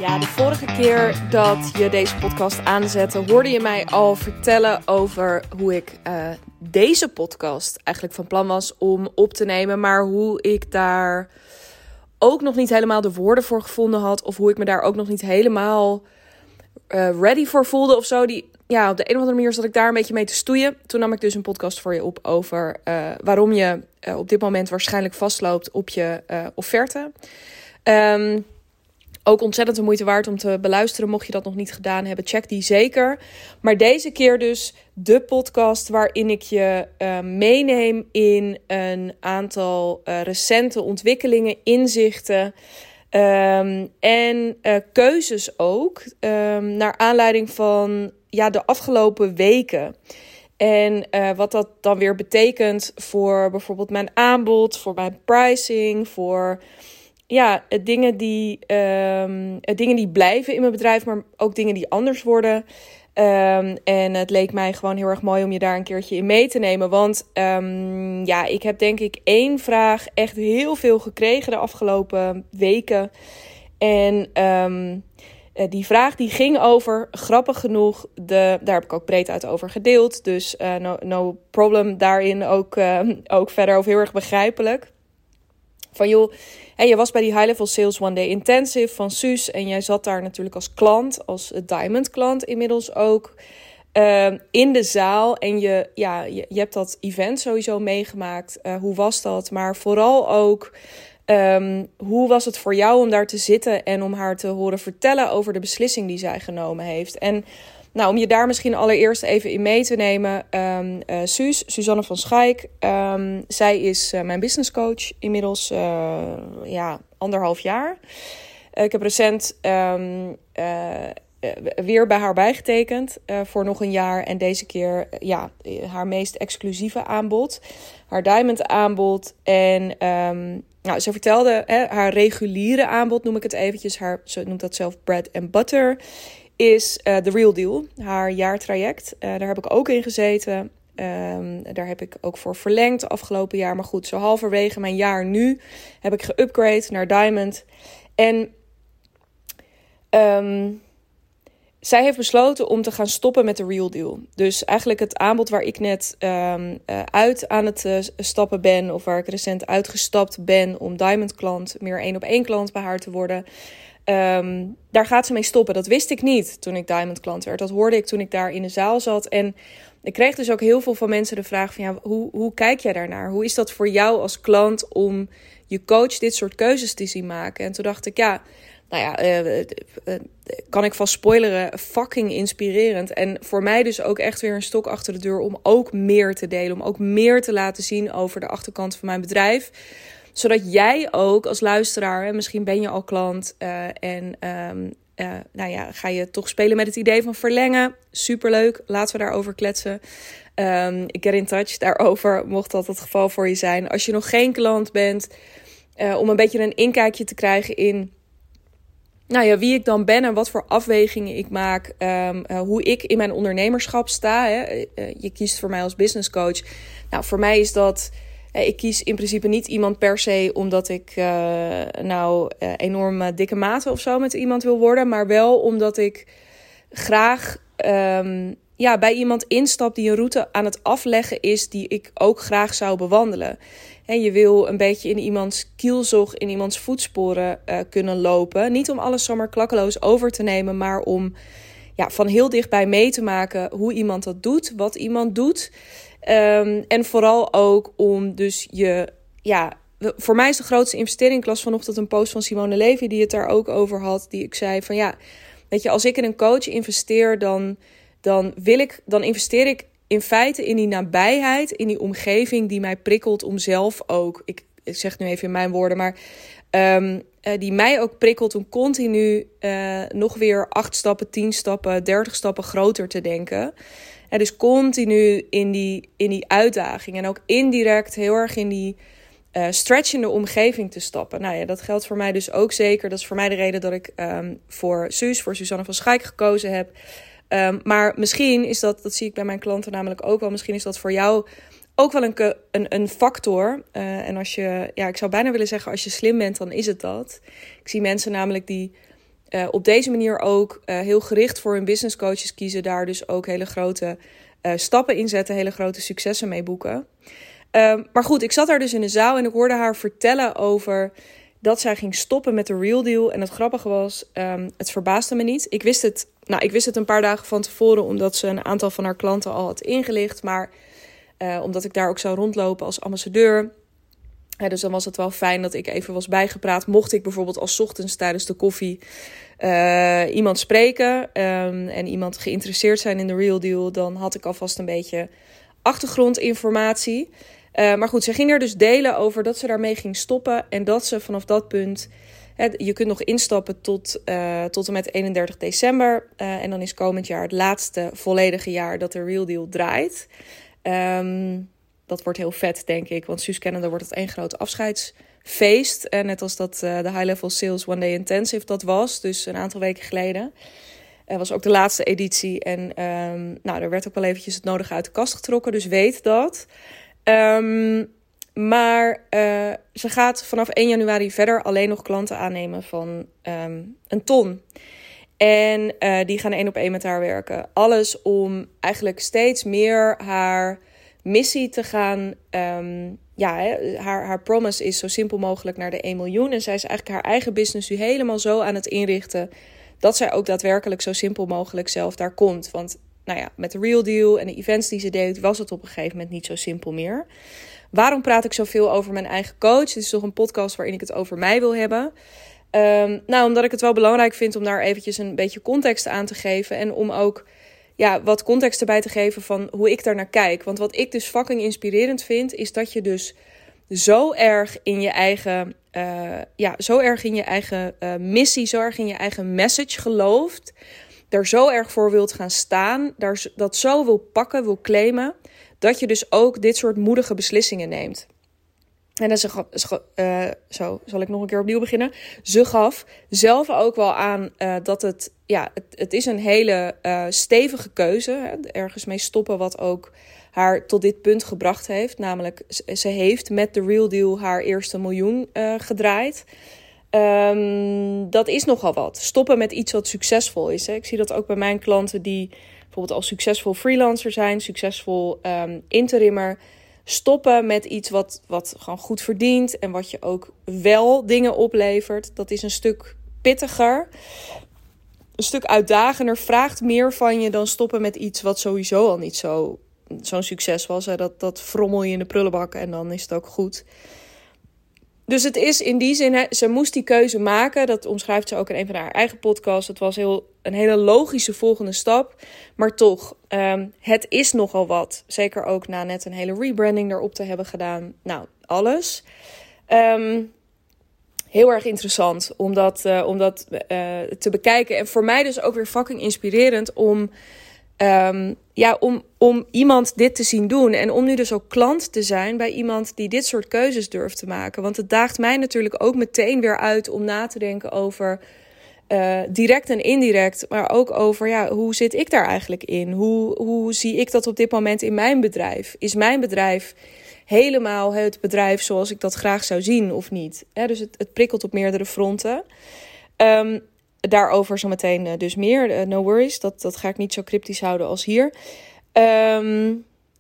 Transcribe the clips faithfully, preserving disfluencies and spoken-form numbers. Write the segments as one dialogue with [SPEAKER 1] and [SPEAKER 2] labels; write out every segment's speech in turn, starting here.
[SPEAKER 1] Ja, de vorige keer dat je deze podcast aanzette, hoorde je mij al vertellen over hoe ik uh, deze podcast eigenlijk van plan was om op te nemen. Maar hoe ik daar ook nog niet helemaal de woorden voor gevonden had. Of hoe ik me daar ook nog niet helemaal uh, ready voor voelde of zo. Die, ja, op de een of andere manier zat ik daar een beetje mee te stoeien. Toen nam ik dus een podcast voor je op over uh, waarom je uh, op dit moment waarschijnlijk vastloopt op je uh, offerte. Um, Ook ontzettend de moeite waard om te beluisteren. Mocht je dat nog niet gedaan hebben, check die zeker. Maar deze keer dus de podcast waarin ik je uh, meeneem in een aantal uh, recente ontwikkelingen, inzichten um, en uh, keuzes ook. Um, naar aanleiding van ja, de afgelopen weken. En uh, wat dat dan weer betekent voor bijvoorbeeld mijn aanbod, voor mijn pricing, voor ja, dingen die, um, dingen die blijven in mijn bedrijf, maar ook dingen die anders worden. Um, en het leek mij gewoon heel erg mooi om je daar een keertje in mee te nemen. Want um, ja, ik heb denk ik één vraag echt heel veel gekregen de afgelopen weken. En um, die vraag die ging over, grappig genoeg, de, daar heb ik ook breed uit over gedeeld. Dus uh, no, no problem daarin, ook, uh, ook verder over heel erg begrijpelijk. Van joh, hey, je was bij die High Level Sales One Day Intensive van Suus. En jij zat daar natuurlijk als klant, als Diamond klant inmiddels ook, uh, in de zaal. En je, ja, je, je hebt dat event sowieso meegemaakt. Uh, hoe was dat? Maar vooral ook, um, hoe was het voor jou om daar te zitten en om haar te horen vertellen over de beslissing die zij genomen heeft? En nou, om je daar misschien allereerst even in mee te nemen. Um, uh, Suus, Suzanne van Schaik. Um, zij is uh, mijn business coach inmiddels uh, ja, anderhalf jaar. Uh, ik heb recent um, uh, weer bij haar bijgetekend uh, voor nog een jaar. En deze keer uh, ja, haar meest exclusieve aanbod. Haar Diamond aanbod. En um, nou, ze vertelde hè, haar reguliere aanbod, noem ik het eventjes. Haar, ze noemt dat zelf bread and butter. Is uh, The Real Deal, haar jaartraject. Uh, daar heb ik ook in gezeten. Um, daar heb ik ook voor verlengd afgelopen jaar. Maar goed, zo halverwege mijn jaar nu heb ik geupgrade naar Diamond. En um, zij heeft besloten om te gaan stoppen met The Real Deal. Dus eigenlijk het aanbod waar ik net um, uh, uit aan het uh, stappen ben, of waar ik recent uitgestapt ben om Diamond klant, meer één op één klant bij haar te worden. Um, daar gaat ze mee stoppen. Dat wist ik niet toen ik Diamond klant werd. Dat hoorde ik toen ik daar in de zaal zat. En ik kreeg dus ook heel veel van mensen de vraag van ja, hoe, hoe kijk jij daarnaar? Hoe is dat voor jou als klant om je coach dit soort keuzes te zien maken? En toen dacht ik ja, nou ja, uh, uh, uh, kan ik vast spoileren, fucking inspirerend. En voor mij dus ook echt weer een stok achter de deur om ook meer te delen. Om ook meer te laten zien over de achterkant van mijn bedrijf. Zodat jij ook als luisteraar, hè, misschien ben je al klant uh, en um, uh, nou ja, ga je toch spelen met het idee van verlengen. Superleuk, laten we daarover kletsen. Um, get in touch daarover, mocht dat het geval voor je zijn. Als je nog geen klant bent, uh, om een beetje een inkijkje te krijgen in nou ja, wie ik dan ben en wat voor afwegingen ik maak. Um, uh, hoe ik in mijn ondernemerschap sta. Hè. Uh, je kiest voor mij als business coach. Nou, voor mij is dat Ik kies in principe niet iemand per se omdat ik uh, nou uh, enorm dikke maten of zo met iemand wil worden. Maar wel omdat ik graag um, ja, bij iemand instap die een route aan het afleggen is die ik ook graag zou bewandelen. En je wil een beetje in iemands kielzog, in iemands voetsporen uh, kunnen lopen. Niet om alles zomaar klakkeloos over te nemen, maar om ja, van heel dichtbij mee te maken hoe iemand dat doet, wat iemand doet. Um, en vooral ook om dus je, ja, voor mij is de grootste investering. Ik las vanochtend een post van Simone Levy die het daar ook over had. Die ik zei van ja, weet je, als ik in een coach investeer, dan, dan wil ik, dan investeer ik in feite in die nabijheid, in die omgeving die mij prikkelt om zelf ook, ik, ik zeg nu even in mijn woorden, maar um, uh, die mij ook prikkelt om continu uh, nog weer acht stappen, tien stappen, dertig stappen groter te denken. En dus continu in die, in die uitdaging en ook indirect heel erg in die uh, stretchende omgeving te stappen. Nou ja, dat geldt voor mij dus ook zeker. Dat is voor mij de reden dat ik um, voor Suus, voor Suzanne van Schaik gekozen heb. Um, maar misschien is dat, dat zie ik bij mijn klanten namelijk ook wel, misschien is dat voor jou ook wel een, een, een factor. Uh, en als je, ja, ik zou bijna willen zeggen, als je slim bent, dan is het dat. Ik zie mensen namelijk die uh, op deze manier ook uh, heel gericht voor hun business coaches kiezen. Daar dus ook hele grote uh, stappen in zetten, hele grote successen mee boeken. Uh, maar goed, ik zat daar dus in de zaal en ik hoorde haar vertellen over dat zij ging stoppen met de Real Deal. En het grappige was, um, het verbaasde me niet. Ik wist het, nou, ik wist het een paar dagen van tevoren, omdat ze een aantal van haar klanten al had ingelicht. Maar uh, omdat ik daar ook zou rondlopen als ambassadeur. Uh, dus dan was het wel fijn dat ik even was bijgepraat. Mocht ik bijvoorbeeld als ochtends tijdens de koffie uh, iemand spreken um, en iemand geïnteresseerd zijn in de Real Deal, dan had ik alvast een beetje achtergrondinformatie. Uh, maar goed, ze ging er dus delen over dat ze daarmee ging stoppen. En dat ze vanaf dat punt, hè, je kunt nog instappen tot, uh, tot en met eenendertig december. Uh, en dan is komend jaar het laatste volledige jaar dat de Real Deal draait. Um, dat wordt heel vet, denk ik. Want Suus kennende wordt het één groot afscheidsfeest. Uh, net als dat uh, de High Level Sales One Day Intensive dat was. Dus een aantal weken geleden. Dat was ook de laatste editie. En um, nou, er werd ook wel eventjes het nodige uit de kast getrokken. Dus weet dat. Um, maar uh, ze gaat vanaf één januari verder alleen nog klanten aannemen van um, een ton. En uh, die gaan één op één met haar werken. Alles om eigenlijk steeds meer haar missie te gaan. Um, ja, hè, haar, haar promise is zo simpel mogelijk naar de één miljoen. En zij is eigenlijk haar eigen business nu helemaal zo aan het inrichten dat zij ook daadwerkelijk zo simpel mogelijk zelf daar komt. Want nou ja, met de Real Deal en de events die ze deed, was het op een gegeven moment niet zo simpel meer. Waarom praat ik zoveel over mijn eigen coach? Dit is toch een podcast waarin ik het over mij wil hebben. Um, nou, omdat ik het wel belangrijk vind om daar eventjes een beetje context aan te geven. En om ook ja, wat context erbij te geven van hoe ik daar naar kijk. Want wat ik dus fucking inspirerend vind, is dat je dus zo erg in je eigen, uh, ja, zo erg in je eigen uh, missie, zo erg in je eigen message gelooft. Daar zo erg voor wilt gaan staan, daar, dat zo wil pakken, wil claimen, dat je dus ook dit soort moedige beslissingen neemt. En dan ze, ze, uh, zo zal ik nog een keer opnieuw beginnen. Ze gaf zelf ook wel aan uh, dat het, ja, het, het is een hele uh, stevige keuze. Hè, ergens mee stoppen wat ook haar tot dit punt gebracht heeft. Namelijk, ze heeft met de Real Deal haar eerste miljoen uh, gedraaid. Um, dat is nogal wat. Stoppen met iets wat succesvol is. Hè. Ik zie dat ook bij mijn klanten die bijvoorbeeld al succesvol freelancer zijn, succesvol um, interimmer. Stoppen met iets wat, wat gewoon goed verdient en wat je ook wel dingen oplevert. Dat is een stuk pittiger, een stuk uitdagender, vraagt meer van je dan stoppen met iets wat sowieso al niet zo, zo'n succes was. Hè. Dat, dat frommel je in de prullenbak en dan is het ook goed. Dus het is in die zin, hè, ze moest die keuze maken. Dat omschrijft ze ook in een van haar eigen podcasts. Het was heel, een hele logische volgende stap. Maar toch, um, het is nogal wat. Zeker ook na net een hele rebranding erop te hebben gedaan. Nou, alles. Um, heel erg interessant om dat, uh, om dat uh, te bekijken. En voor mij dus ook weer fucking inspirerend om, um, ja, om, om iemand dit te zien doen. En om nu dus ook klant te zijn bij iemand die dit soort keuzes durft te maken. Want het daagt mij natuurlijk ook meteen weer uit om na te denken over uh, direct en indirect. Maar ook over, ja, hoe zit ik daar eigenlijk in? Hoe, hoe zie ik dat op dit moment in mijn bedrijf? Is mijn bedrijf helemaal het bedrijf zoals ik dat graag zou zien of niet? He, dus het, het prikkelt op meerdere fronten. Um, Daarover zometeen uh, dus meer. Uh, no worries, dat, dat ga ik niet zo cryptisch houden als hier. Um,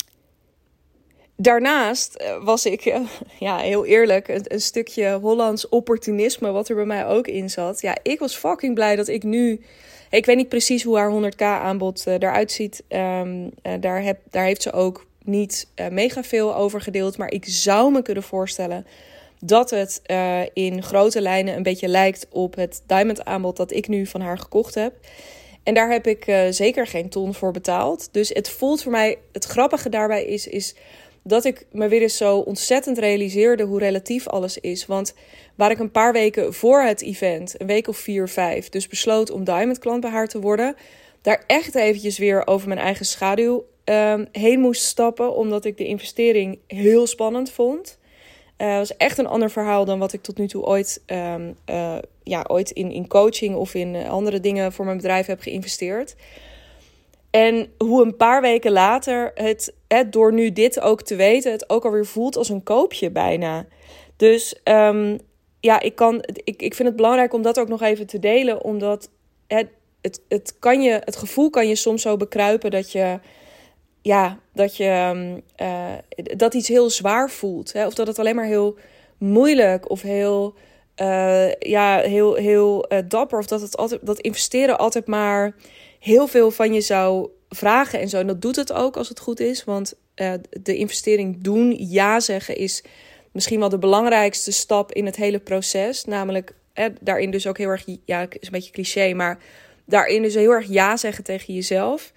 [SPEAKER 1] daarnaast uh, was ik, uh, ja, heel eerlijk, een, een stukje Hollands opportunisme wat er bij mij ook in zat. Ja, ik was fucking blij dat ik nu, ik weet niet precies hoe haar honderd k aanbod uh, eruit ziet. Um, uh, daar, heb, daar heeft ze ook niet uh, mega veel over gedeeld. Maar ik zou me kunnen voorstellen dat het uh, in grote lijnen een beetje lijkt op het diamond aanbod dat ik nu van haar gekocht heb. En daar heb ik uh, zeker geen ton voor betaald. Dus het voelt voor mij, het grappige daarbij is, is dat ik me weer eens zo ontzettend realiseerde hoe relatief alles is. Want waar ik een paar weken voor het event, een week of vier, vijf, dus besloot om diamond klant bij haar te worden, daar echt eventjes weer over mijn eigen schaduw uh, heen moest stappen, omdat ik de investering heel spannend vond. Het uh, was echt een ander verhaal dan wat ik tot nu toe ooit, um, uh, ja, ooit in, in coaching of in uh, andere dingen voor mijn bedrijf heb geïnvesteerd. En hoe een paar weken later het, het door nu dit ook te weten, het ook alweer voelt als een koopje bijna. Dus um, ja, ik, kan, ik, ik vind het belangrijk om dat ook nog even te delen. Omdat het, het, het, kan je, het gevoel kan je soms zo bekruipen dat je... Ja, dat je uh, dat iets heel zwaar voelt. Hè? Of dat het alleen maar heel moeilijk of heel, uh, ja, heel, heel uh, dapper. Of dat, het altijd, dat investeren altijd maar heel veel van je zou vragen en zo. En dat doet het ook als het goed is. Want uh, de investering doen, ja zeggen, is misschien wel de belangrijkste stap in het hele proces. Namelijk eh, daarin dus ook heel erg, ja, is een beetje cliché, maar daarin dus heel erg ja zeggen tegen jezelf.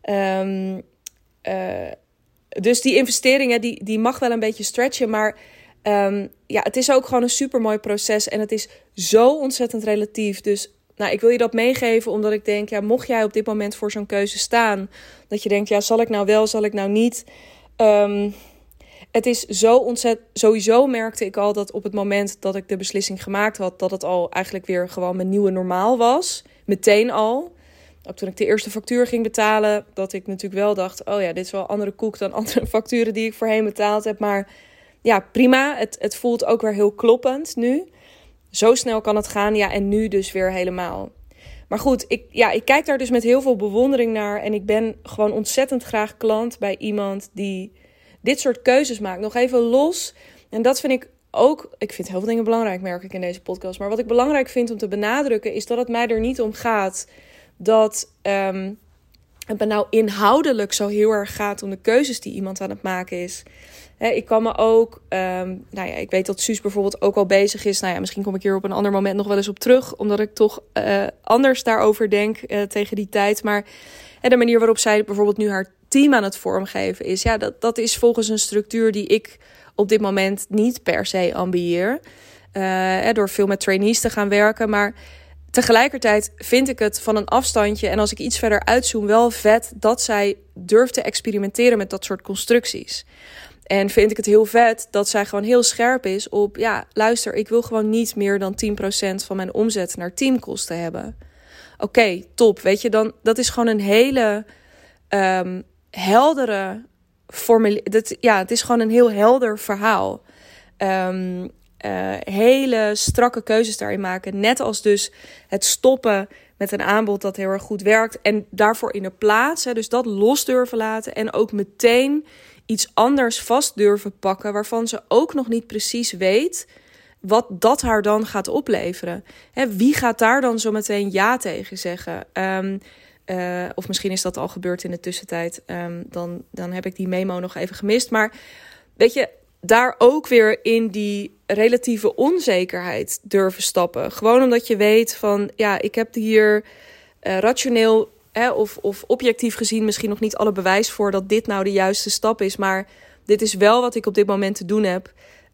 [SPEAKER 1] Um, Uh, dus die investeringen, die, die mag wel een beetje stretchen. Maar um, ja, het is ook gewoon een supermooi proces. En het is zo ontzettend relatief. Dus nou, ik wil je dat meegeven omdat ik denk... ja, mocht jij op dit moment voor zo'n keuze staan... dat je denkt, ja, zal ik nou wel, zal ik nou niet... Um, het is zo ontzettend... Sowieso merkte ik al dat op het moment dat ik de beslissing gemaakt had... dat het al eigenlijk weer gewoon mijn nieuwe normaal was. Meteen al. Ook toen ik de eerste factuur ging betalen, dat ik natuurlijk wel dacht... oh ja, dit is wel andere koek dan andere facturen die ik voorheen betaald heb. Maar ja, prima. Het, het voelt ook weer heel kloppend nu. Zo snel kan het gaan. Ja, en nu dus weer helemaal. Maar goed, ik, ja, ik kijk daar dus met heel veel bewondering naar. En ik ben gewoon ontzettend graag klant bij iemand die dit soort keuzes maakt. Nog even los. En dat vind ik ook... Ik vind heel veel dingen belangrijk, merk ik in deze podcast. Maar wat ik belangrijk vind om te benadrukken... is dat het mij er niet om gaat... dat um, het me nou inhoudelijk zo heel erg gaat om de keuzes die iemand aan het maken is. He, ik kan me ook... Um, nou ja, ik weet dat Suus bijvoorbeeld ook al bezig is. Nou ja, misschien kom ik hier op een ander moment nog wel eens op terug. Omdat ik toch uh, anders daarover denk uh, tegen die tijd. Maar uh, de manier waarop zij bijvoorbeeld nu haar team aan het vormgeven is... ja, dat, dat is volgens een structuur die ik op dit moment niet per se ambieer. Uh, door veel met trainees te gaan werken, maar... Tegelijkertijd vind ik het van een afstandje... en als ik iets verder uitzoom wel vet... dat zij durft te experimenteren met dat soort constructies. En vind ik het heel vet dat zij gewoon heel scherp is op... ja, luister, ik wil gewoon niet meer dan tien procent van mijn omzet... naar teamkosten hebben. Oké, okay, top, weet je, dan dat is gewoon een hele um, heldere formule. Dat, ja, het is gewoon een heel helder verhaal. Um, Uh, hele strakke keuzes daarin maken. Net als dus het stoppen met een aanbod dat heel erg goed werkt. En daarvoor in de plaats. Hè, dus dat los durven laten. En ook meteen iets anders vast durven pakken. Waarvan ze ook nog niet precies weet wat dat haar dan gaat opleveren. Hè, wie gaat daar dan zo meteen ja tegen zeggen? Um, uh, of misschien is dat al gebeurd in de tussentijd. Um, dan, dan heb ik die memo nog even gemist. Maar weet je... daar ook weer in die relatieve onzekerheid durven stappen. Gewoon omdat je weet van... ja, ik heb hier uh, rationeel hè, of, of objectief gezien... misschien nog niet alle bewijs voor dat dit nou de juiste stap is. Maar dit is wel wat ik op dit moment te doen heb.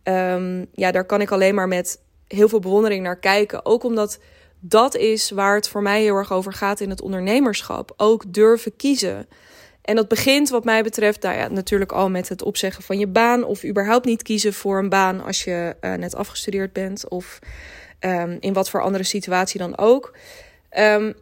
[SPEAKER 1] Um, ja, daar kan ik alleen maar met heel veel bewondering naar kijken. Ook omdat dat is waar het voor mij heel erg over gaat in het ondernemerschap. Ook durven kiezen. En dat begint wat mij betreft nou ja, natuurlijk al met het opzeggen van je baan... of überhaupt niet kiezen voor een baan als je uh, net afgestudeerd bent... of um, in wat voor andere situatie dan ook. Um,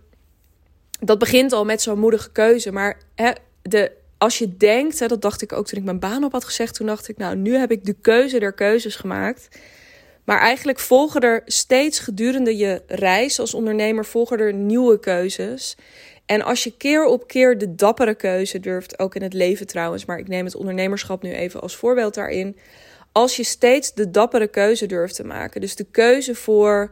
[SPEAKER 1] dat begint al met zo'n moedige keuze. Maar hè, de, als je denkt, hè, dat dacht ik ook toen ik mijn baan op had gezegd... toen dacht ik, nou, nu heb ik de keuze der keuzes gemaakt... Maar eigenlijk volgen er steeds gedurende je reis als ondernemer... volgen er nieuwe keuzes... En als je keer op keer de dappere keuze durft, ook in het leven trouwens... maar ik neem het ondernemerschap nu even als voorbeeld daarin... als je steeds de dappere keuze durft te maken... dus de keuze voor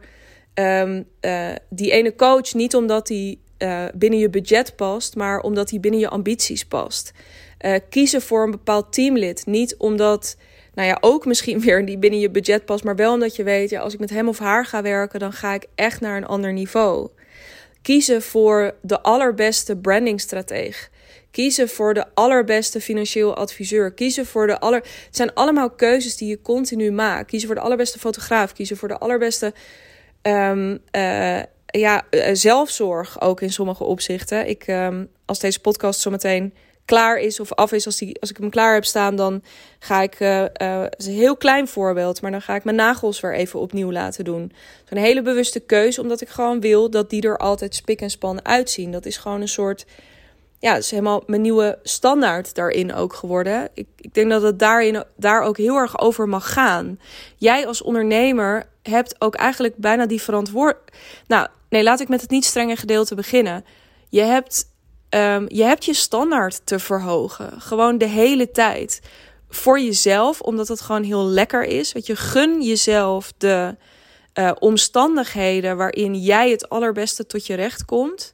[SPEAKER 1] um, uh, die ene coach... niet omdat die uh, binnen je budget past... maar omdat die binnen je ambities past. Uh, kiezen voor een bepaald teamlid. Niet omdat, nou ja, ook misschien weer die binnen je budget past... maar wel omdat je weet, ja, als ik met hem of haar ga werken... dan ga ik echt naar een ander niveau... Kiezen voor de allerbeste brandingstrateeg. Kiezen voor de allerbeste financieel adviseur. Kiezen voor de aller... Het zijn allemaal keuzes die je continu maakt. Kiezen voor de allerbeste fotograaf. Kiezen voor de allerbeste um, uh, ja, uh, zelfzorg ook in sommige opzichten. Ik, um, als deze podcast zometeen klaar is of af is, als, die, als ik hem klaar heb staan, dan ga ik, uh, uh, het is een heel klein voorbeeld, maar dan ga ik mijn nagels weer even opnieuw laten doen. Dat is een hele bewuste keuze, omdat ik gewoon wil dat die er altijd spik en span uitzien. Dat is gewoon een soort ja, het is helemaal mijn nieuwe standaard daarin ook geworden. Ik, ik denk dat het daarin, daar ook heel erg over mag gaan. Jij als ondernemer hebt ook eigenlijk bijna die verantwoordelijkheid. Nou, nee, laat ik met het niet strenge gedeelte beginnen. Je hebt, um, je hebt je standaard te verhogen. Gewoon de hele tijd. Voor jezelf, omdat het gewoon heel lekker is. Weet je, gun jezelf de uh, omstandigheden waarin jij het allerbeste tot je recht komt.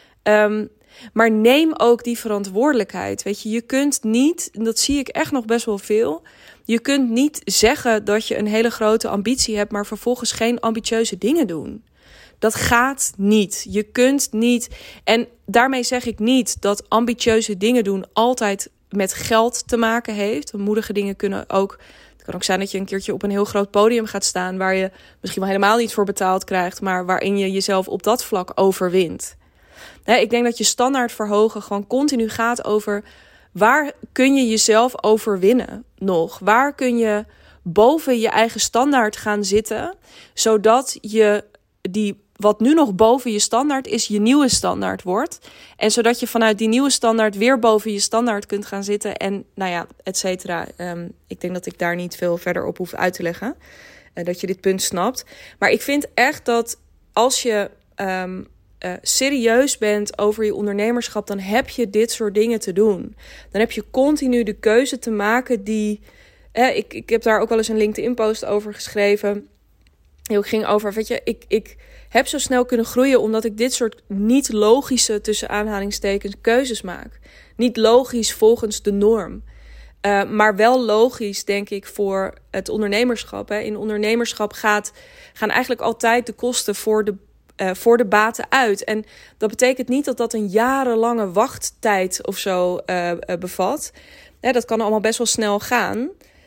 [SPEAKER 1] Um, maar neem ook die verantwoordelijkheid. Weet je, je kunt niet, en dat zie ik echt nog best wel veel. Je kunt niet zeggen dat je een hele grote ambitie hebt, maar vervolgens geen ambitieuze dingen doen. Dat gaat niet. Je kunt niet. En daarmee zeg ik niet dat ambitieuze dingen doen altijd met geld te maken heeft. Want moedige dingen kunnen ook. Het kan ook zijn dat je een keertje op een heel groot podium gaat staan, waar je misschien wel helemaal niet voor betaald krijgt, maar waarin je jezelf op dat vlak overwint. Nee, ik denk dat je standaard verhogen gewoon continu gaat over waar kun je jezelf overwinnen nog? Waar kun je boven je eigen standaard gaan zitten, zodat je die wat nu nog boven je standaard is, je nieuwe standaard wordt. En zodat je vanuit die nieuwe standaard weer boven je standaard kunt gaan zitten. En nou ja, et cetera. Um, ik denk dat ik daar niet veel verder op hoef uit te leggen. Uh, dat je dit punt snapt. Maar ik vind echt dat als je um, uh, serieus bent over je ondernemerschap, dan heb je dit soort dingen te doen. Dan heb je continu de keuze te maken die. Uh, ik, ik heb daar ook wel eens een LinkedIn-post over geschreven. Het ging over, weet je, ik, ik heb zo snel kunnen groeien omdat ik dit soort niet logische, tussen aanhalingstekens, keuzes maak. Niet logisch volgens de norm. Uh, maar wel logisch, denk ik, voor het ondernemerschap. Hè. In ondernemerschap gaat, gaan eigenlijk altijd de kosten voor de, uh, voor de baten uit. En dat betekent niet dat dat een jarenlange wachttijd of zo uh, uh, bevat. Ja, dat kan allemaal best wel snel gaan.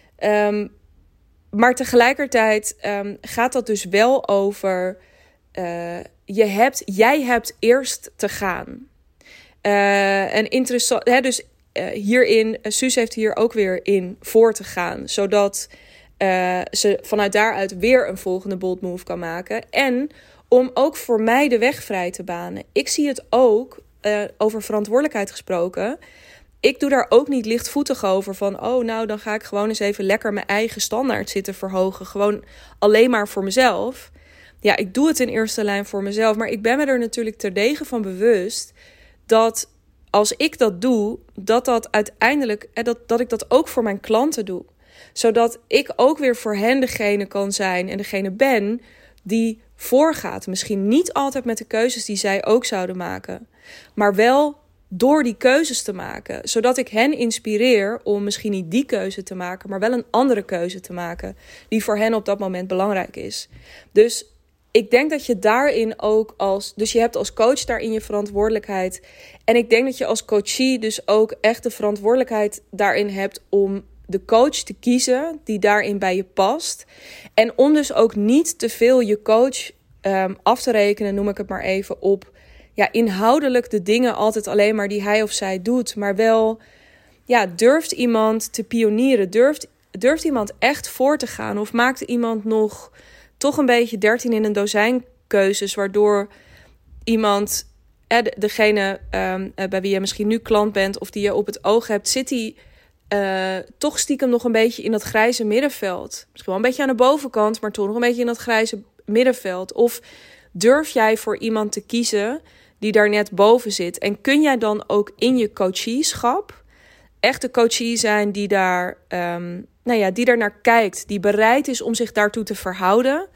[SPEAKER 1] Um, Maar tegelijkertijd um, gaat dat dus wel over. Uh, je hebt, jij hebt eerst te gaan. Uh, en interessant. Hè, dus uh, hierin, uh, Suus heeft hier ook weer in voor te gaan. Zodat uh, ze vanuit daaruit weer een volgende bold move kan maken. En om ook voor mij de weg vrij te banen. Ik zie het ook, uh, over verantwoordelijkheid gesproken. Ik doe daar ook niet lichtvoetig over van, oh nou, dan ga ik gewoon eens even lekker mijn eigen standaard zitten verhogen. Gewoon alleen maar voor mezelf. Ja, ik doe het in eerste lijn voor mezelf. Maar ik ben me er natuurlijk terdege van bewust dat als ik dat doe, dat dat uiteindelijk, dat, dat ik dat ook voor mijn klanten doe. Zodat ik ook weer voor hen degene kan zijn en degene ben die voorgaat. Misschien niet altijd met de keuzes die zij ook zouden maken. Maar wel door die keuzes te maken. Zodat ik hen inspireer om misschien niet die keuze te maken, maar wel een andere keuze te maken die voor hen op dat moment belangrijk is. Dus ik denk dat je daarin ook als. Dus je hebt als coach daarin je verantwoordelijkheid. En ik denk dat je als coachie dus ook echt de verantwoordelijkheid daarin hebt om de coach te kiezen die daarin bij je past. En om dus ook niet te veel je coach um, af te rekenen, noem ik het maar even, op ja, inhoudelijk de dingen altijd alleen maar die hij of zij doet. Maar wel, ja, durft iemand te pionieren? Durft, durft iemand echt voor te gaan? Of maakt iemand nog toch een beetje dertien in een dozijn keuzes, waardoor iemand, eh, degene um, bij wie je misschien nu klant bent of die je op het oog hebt, zit die uh, toch stiekem nog een beetje in dat grijze middenveld. Misschien wel een beetje aan de bovenkant, maar toch nog een beetje in dat grijze middenveld. Of durf jij voor iemand te kiezen die daar net boven zit? En kun jij dan ook in je coachieschap echt de coachie zijn die daar, um, nou ja, die daar naar kijkt, die bereid is om zich daartoe te verhouden,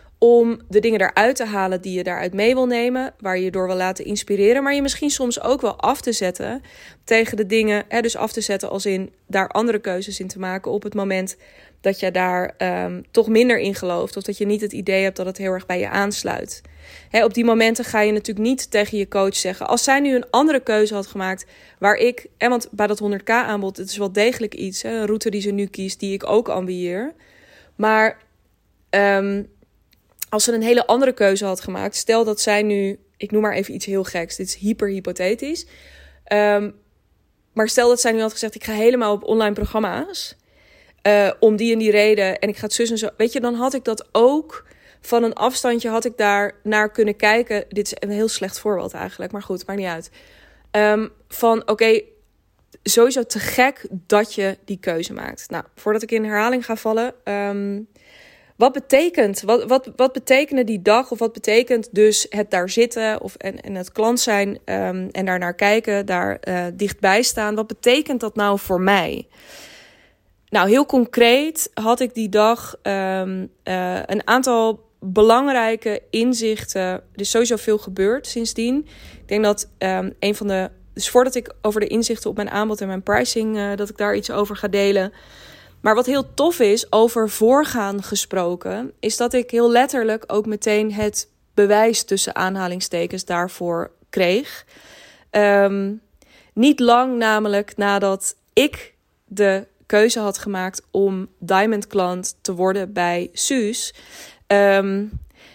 [SPEAKER 1] om de dingen eruit te halen die je daaruit mee wil nemen, waar je je door wil laten inspireren, maar je misschien soms ook wel af te zetten tegen de dingen, hè, dus af te zetten als in daar andere keuzes in te maken op het moment dat je daar um, toch minder in gelooft, of dat je niet het idee hebt dat het heel erg bij je aansluit. Hè, op die momenten ga je natuurlijk niet tegen je coach zeggen, als zij nu een andere keuze had gemaakt, waar ik, hè, want bij dat honderd k aanbod, het is wel degelijk iets, hè, een route die ze nu kiest, die ik ook ambieer, maar um, als ze een hele andere keuze had gemaakt, stel dat zij nu, ik noem maar even iets heel geks, dit is hyper hypothetisch, um, maar stel dat zij nu had gezegd, ik ga helemaal op online programma's, uh, om die en die reden, en ik ga het zus en zo, weet je, dan had ik dat ook van een afstandje, had ik daar naar kunnen kijken. Dit is een heel slecht voorbeeld eigenlijk, maar goed, maakt niet uit. Um, van oké, okay, sowieso te gek dat je die keuze maakt. Nou, voordat ik in herhaling ga vallen. Um, wat betekent, wat, wat, wat betekende die dag? Of wat betekent dus het daar zitten of, en, en het klant zijn um, en daar naar kijken, daar uh, dichtbij staan. Wat betekent dat nou voor mij? Nou, heel concreet had ik die dag um, uh, een aantal belangrijke inzichten. Er is sowieso veel gebeurd sindsdien. Ik denk dat um, een van de... Dus voordat ik over de inzichten op mijn aanbod en mijn pricing, uh, dat ik daar iets over ga delen. Maar wat heel tof is, over voorgaan gesproken, is dat ik heel letterlijk ook meteen het bewijs tussen aanhalingstekens daarvoor kreeg. Um, niet lang namelijk nadat ik de keuze had gemaakt om Diamond klant te worden bij Suus, um,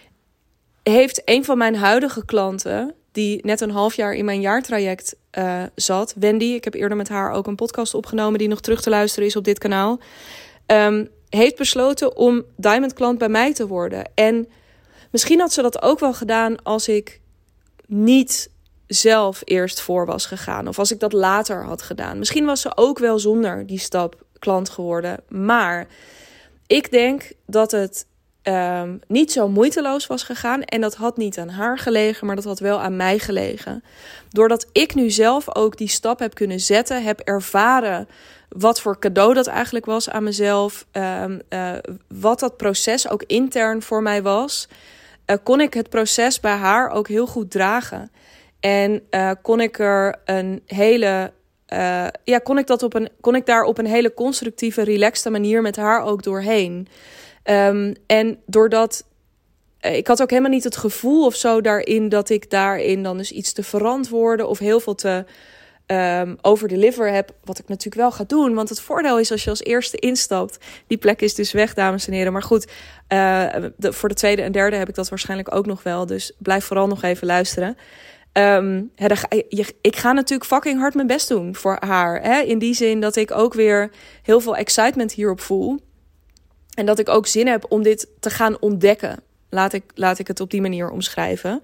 [SPEAKER 1] heeft een van mijn huidige klanten, die net een half jaar in mijn jaartraject uh, zat, Wendy, ik heb eerder met haar ook een podcast opgenomen die nog terug te luisteren is op dit kanaal, um, heeft besloten om Diamond klant bij mij te worden. En misschien had ze dat ook wel gedaan als ik niet zelf eerst voor was gegaan, of als ik dat later had gedaan. Misschien was ze ook wel zonder die stap klant geworden. Maar ik denk dat het um, niet zo moeiteloos was gegaan. En dat had niet aan haar gelegen, maar dat had wel aan mij gelegen. Doordat ik nu zelf ook die stap heb kunnen zetten, heb ervaren wat voor cadeau dat eigenlijk was aan mezelf. Um, uh, wat dat proces ook intern voor mij was. Uh, kon ik het proces bij haar ook heel goed dragen. En uh, kon ik er een hele... Uh, ja, kon ik, dat op een, kon ik daar op een hele constructieve, relaxte manier met haar ook doorheen. Um, en doordat... Uh, ik had ook helemaal niet het gevoel of zo daarin dat ik daarin dan dus iets te verantwoorden of heel veel te um, overdeliver heb. Wat ik natuurlijk wel ga doen. Want het voordeel is als je als eerste instapt. Die plek is dus weg, dames en heren. Maar goed, uh, de, voor de tweede en derde heb ik dat waarschijnlijk ook nog wel. Dus blijf vooral nog even luisteren. Um, he, je, ik ga natuurlijk fucking hard mijn best doen voor haar. Hè? In die zin dat ik ook weer heel veel excitement hierop voel. En dat ik ook zin heb om dit te gaan ontdekken. Laat ik, laat ik het op die manier omschrijven.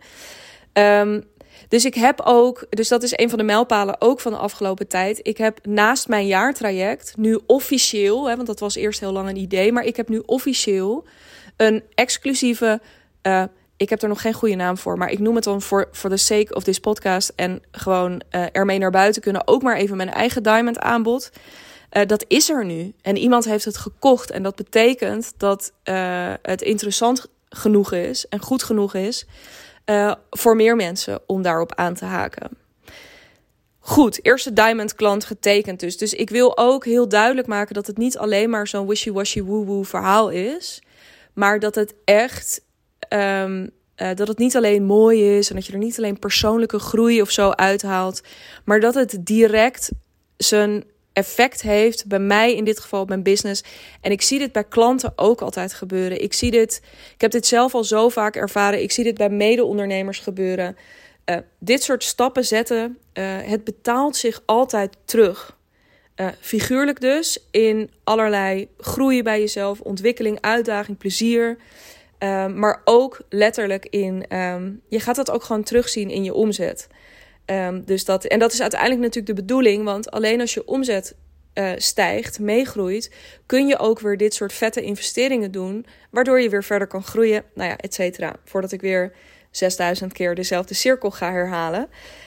[SPEAKER 1] Um, dus ik heb ook, dus dat is een van de mijlpalen ook van de afgelopen tijd. Ik heb naast mijn jaartraject nu officieel, hè, want dat was eerst heel lang een idee, maar ik heb nu officieel een exclusieve... Uh, Ik heb er nog geen goede naam voor, maar ik noem het dan voor for the sake of this podcast en gewoon uh, ermee naar buiten kunnen. Ook maar even mijn eigen Diamond aanbod. Uh, dat is er nu. En iemand heeft het gekocht. En dat betekent dat uh, het interessant genoeg is en goed genoeg is uh, voor meer mensen om daarop aan te haken. Goed, eerste Diamond klant getekend dus. Dus ik wil ook heel duidelijk maken dat het niet alleen maar zo'n wishy-washy woo-woo verhaal is. Maar dat het echt... Um, uh, dat het niet alleen mooi is en dat je er niet alleen persoonlijke groei of zo uithaalt, maar dat het direct zijn effect heeft bij mij, in dit geval op mijn business. En ik zie dit bij klanten ook altijd gebeuren. Ik zie dit, ik heb dit zelf al zo vaak ervaren. Ik zie dit bij mede-ondernemers gebeuren. Uh, dit soort stappen zetten, uh, het betaalt zich altijd terug. Uh, figuurlijk dus, in allerlei groei bij jezelf, ontwikkeling, uitdaging, plezier. Um, maar ook letterlijk in... Um, je gaat dat ook gewoon terugzien in je omzet. Um, dus dat, en dat is uiteindelijk natuurlijk de bedoeling. Want alleen als je omzet uh, stijgt, meegroeit, kun je ook weer dit soort vette investeringen doen. Waardoor je weer verder kan groeien. Nou ja, et cetera. Voordat ik weer zesduizend keer dezelfde cirkel ga herhalen.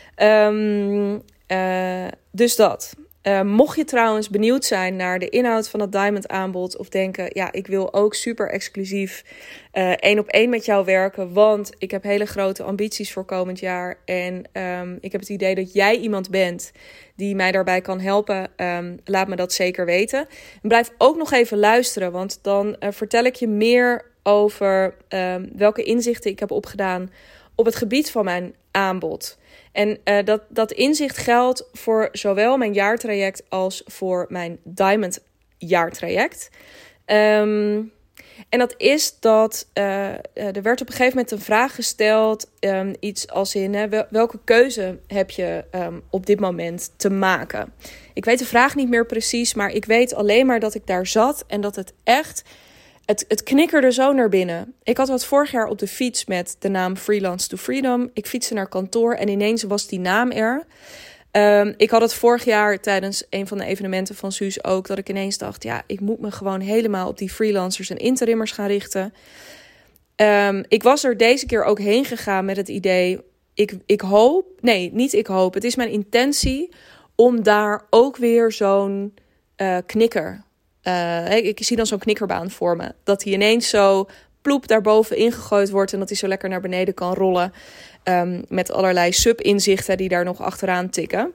[SPEAKER 1] Um, uh, dus dat... Uh, mocht je trouwens benieuwd zijn naar de inhoud van het Diamond aanbod of denken, ja, ik wil ook super exclusief uh, één op één met jou werken, want ik heb hele grote ambities voor komend jaar en um, ik heb het idee dat jij iemand bent die mij daarbij kan helpen, um, laat me dat zeker weten. En blijf ook nog even luisteren, want dan uh, vertel ik je meer over um, welke inzichten ik heb opgedaan op het gebied van mijn aanbod. En uh, dat, dat inzicht geldt voor zowel mijn jaartraject als voor mijn Diamond jaartraject. Um, en dat is dat uh, er werd op een gegeven moment een vraag gesteld. Um, iets als in, hè, wel, welke keuze heb je um, op dit moment te maken? Ik weet de vraag niet meer precies, maar ik weet alleen maar dat ik daar zat en dat het echt... Het, het knikkerde zo naar binnen. Ik had wat vorig jaar op de fiets met de naam Freelance to Freedom. Ik fietste naar kantoor en ineens was die naam er. Um, ik had het vorig jaar tijdens een van de evenementen van Suus ook, dat ik ineens dacht, ja, ik moet me gewoon helemaal op die freelancers en interimmers gaan richten. Um, ik was er deze keer ook heen gegaan met het idee, ik, ik hoop, nee, niet ik hoop, het is mijn intentie om daar ook weer zo'n uh, knikker, uh, ik, ik zie dan zo'n knikkerbaan voor me, dat die ineens zo ploep daarboven ingegooid wordt en dat hij zo lekker naar beneden kan rollen. Um, met allerlei sub-inzichten die daar nog achteraan tikken.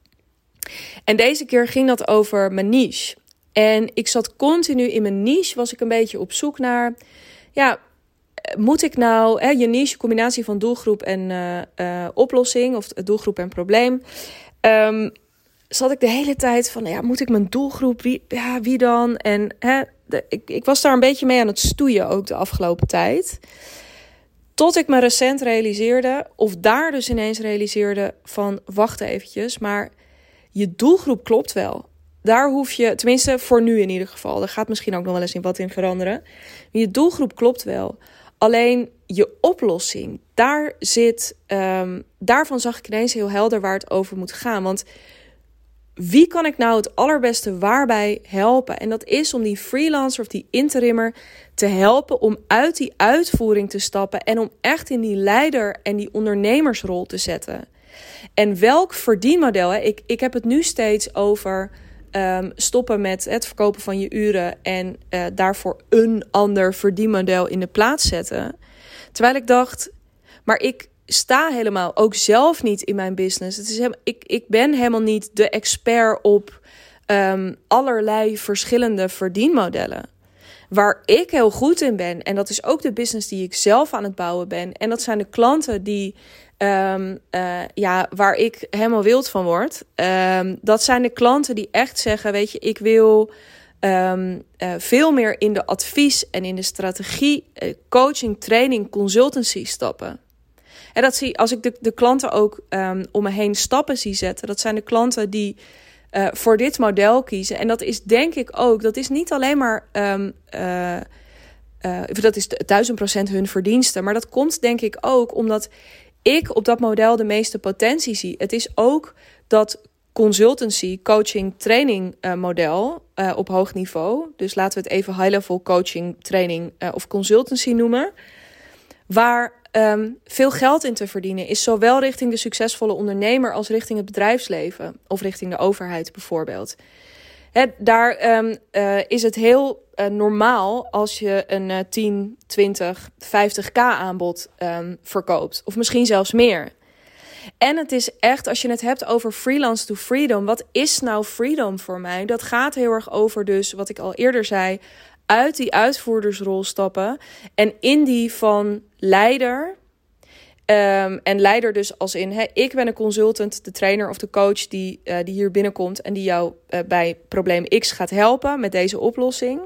[SPEAKER 1] En deze keer ging dat over mijn niche. En ik zat continu in mijn niche, was ik een beetje op zoek naar, ja, moet ik nou, hè, je niche, combinatie van doelgroep en uh, uh, oplossing, of doelgroep en probleem. Um, zat ik de hele tijd van, ja, moet ik mijn doelgroep, wie, ja, wie dan? En hè, de, ik, ik was daar een beetje mee aan het stoeien ook de afgelopen tijd. Tot ik me recent realiseerde, of daar dus ineens realiseerde van, wacht eventjes, maar je doelgroep klopt wel. Daar hoef je, tenminste voor nu in ieder geval, er gaat misschien ook nog wel eens in wat in veranderen. Je doelgroep klopt wel. Alleen je oplossing, daar zit, um, daarvan zag ik ineens heel helder waar het over moet gaan. Want wie kan ik nou het allerbeste waarbij helpen? En dat is om die freelancer of die interimmer te helpen om uit die uitvoering te stappen en om echt in die leider- en die ondernemersrol te zetten. En welk verdienmodel? Hè? Ik, ik heb het nu steeds over um, stoppen met het verkopen van je uren en uh, daarvoor een ander verdienmodel in de plaats zetten. Terwijl ik dacht, maar ik sta helemaal ook zelf niet in mijn business. Het is helemaal, ik, ik ben helemaal niet de expert op um, allerlei verschillende verdienmodellen. Waar ik heel goed in ben, en dat is ook de business die ik zelf aan het bouwen ben. En dat zijn de klanten die, um, uh, ja, waar ik helemaal wild van word. Um, dat zijn de klanten die echt zeggen, weet je, ik wil um, uh, veel meer in de advies en in de strategie, uh, coaching, training, consultancy stappen. En dat zie als ik de, de klanten ook um, om me heen stappen zie zetten. Dat zijn de klanten die uh, voor dit model kiezen. En dat is denk ik ook, dat is niet alleen maar, um, uh, uh, dat is duizend procent hun verdiensten. Maar dat komt denk ik ook omdat ik op dat model de meeste potentie zie. Het is ook dat consultancy, coaching, training uh, model uh, op hoog niveau. Dus laten we het even high-level coaching, training uh, of consultancy noemen. Waar Um, veel geld in te verdienen is, zowel richting de succesvolle ondernemer als richting het bedrijfsleven of richting de overheid bijvoorbeeld. He, daar um, uh, is het heel uh, normaal als je een uh, tien, twintig, vijftig k aanbod um, verkoopt. Of misschien zelfs meer. En het is echt, als je het hebt over freelance to freedom. Wat is nou freedom voor mij? Dat gaat heel erg over dus, wat ik al eerder zei, uit die uitvoerdersrol stappen en in die van leider. Um, en leider dus als in, hè, ik ben een consultant, de trainer of de coach die, uh, die hier binnenkomt en die jou uh, bij probleem X gaat helpen met deze oplossing.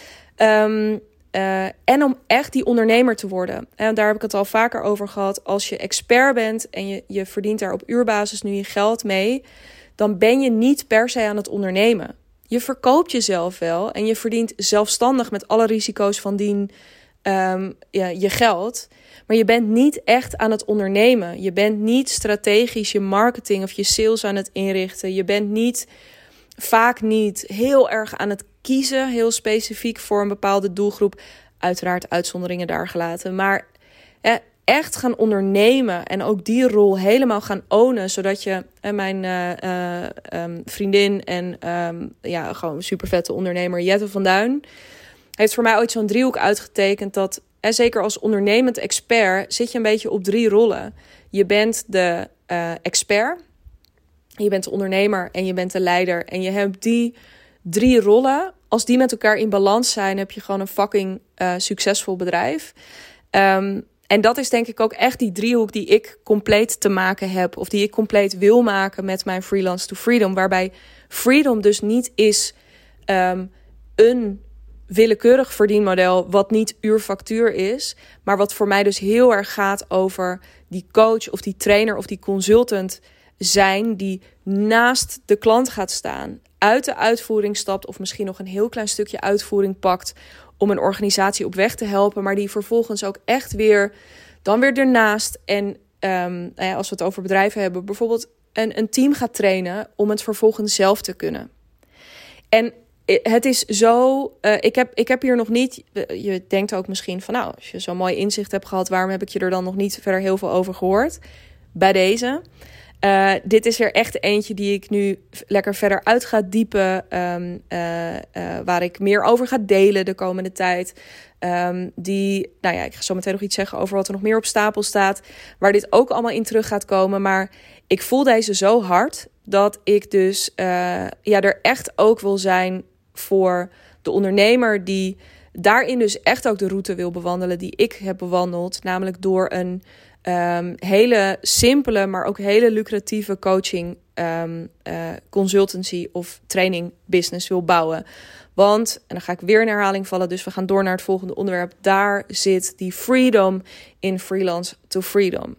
[SPEAKER 1] Um, uh, en om echt die ondernemer te worden. En daar heb ik het al vaker over gehad. Als je expert bent en je, je verdient daar op uurbasis nu je geld mee, dan ben je niet per se aan het ondernemen. Je verkoopt jezelf wel en je verdient zelfstandig met alle risico's van dien um, ja, je geld. Maar je bent niet echt aan het ondernemen. Je bent niet strategisch je marketing of je sales aan het inrichten. Je bent niet, vaak niet heel erg aan het kiezen, heel specifiek voor een bepaalde doelgroep. Uiteraard uitzonderingen daar gelaten. Maar eh, echt gaan ondernemen en ook die rol helemaal gaan ownen. Zodat je, en mijn uh, uh, um, vriendin en um, ja, gewoon super vette ondernemer Jette van Duin heeft voor mij ooit zo'n driehoek uitgetekend dat, en zeker als ondernemend expert, zit je een beetje op drie rollen. Je bent de uh, expert, je bent de ondernemer en je bent de leider. En je hebt die drie rollen, als die met elkaar in balans zijn, heb je gewoon een fucking uh, succesvol bedrijf. Um, en dat is denk ik ook echt die driehoek die ik compleet te maken heb, of die ik compleet wil maken met mijn freelance to freedom. Waarbij freedom dus niet is um, een willekeurig verdienmodel wat niet uurfactuur is, maar wat voor mij dus heel erg gaat over die coach of die trainer of die consultant zijn die naast de klant gaat staan, uit de uitvoering stapt of misschien nog een heel klein stukje uitvoering pakt om een organisatie op weg te helpen, maar die vervolgens ook echt weer dan weer ernaast en um, nou ja, als we het over bedrijven hebben, bijvoorbeeld een, een team gaat trainen om het vervolgens zelf te kunnen. En het is zo, uh, ik, heb, ik heb hier nog niet, uh, je denkt ook misschien van nou, als je zo'n mooi inzicht hebt gehad, waarom heb ik je er dan nog niet verder heel veel over gehoord? Bij deze. Uh, dit is er echt eentje die ik nu lekker verder uit ga diepen. Um, uh, uh, waar ik meer over ga delen de komende tijd. Um, die, nou ja, ik ga zo meteen nog iets zeggen over wat er nog meer op stapel staat. Waar dit ook allemaal in terug gaat komen. Maar ik voel deze zo hard dat ik dus uh, ja, er echt ook wil zijn voor de ondernemer die daarin dus echt ook de route wil bewandelen die ik heb bewandeld. Namelijk door een Um, hele simpele, maar ook hele lucratieve coaching, um, uh, consultancy of training business wil bouwen. Want, en dan ga ik weer in herhaling vallen, dus we gaan door naar het volgende onderwerp. Daar zit die freedom in freelance to freedom.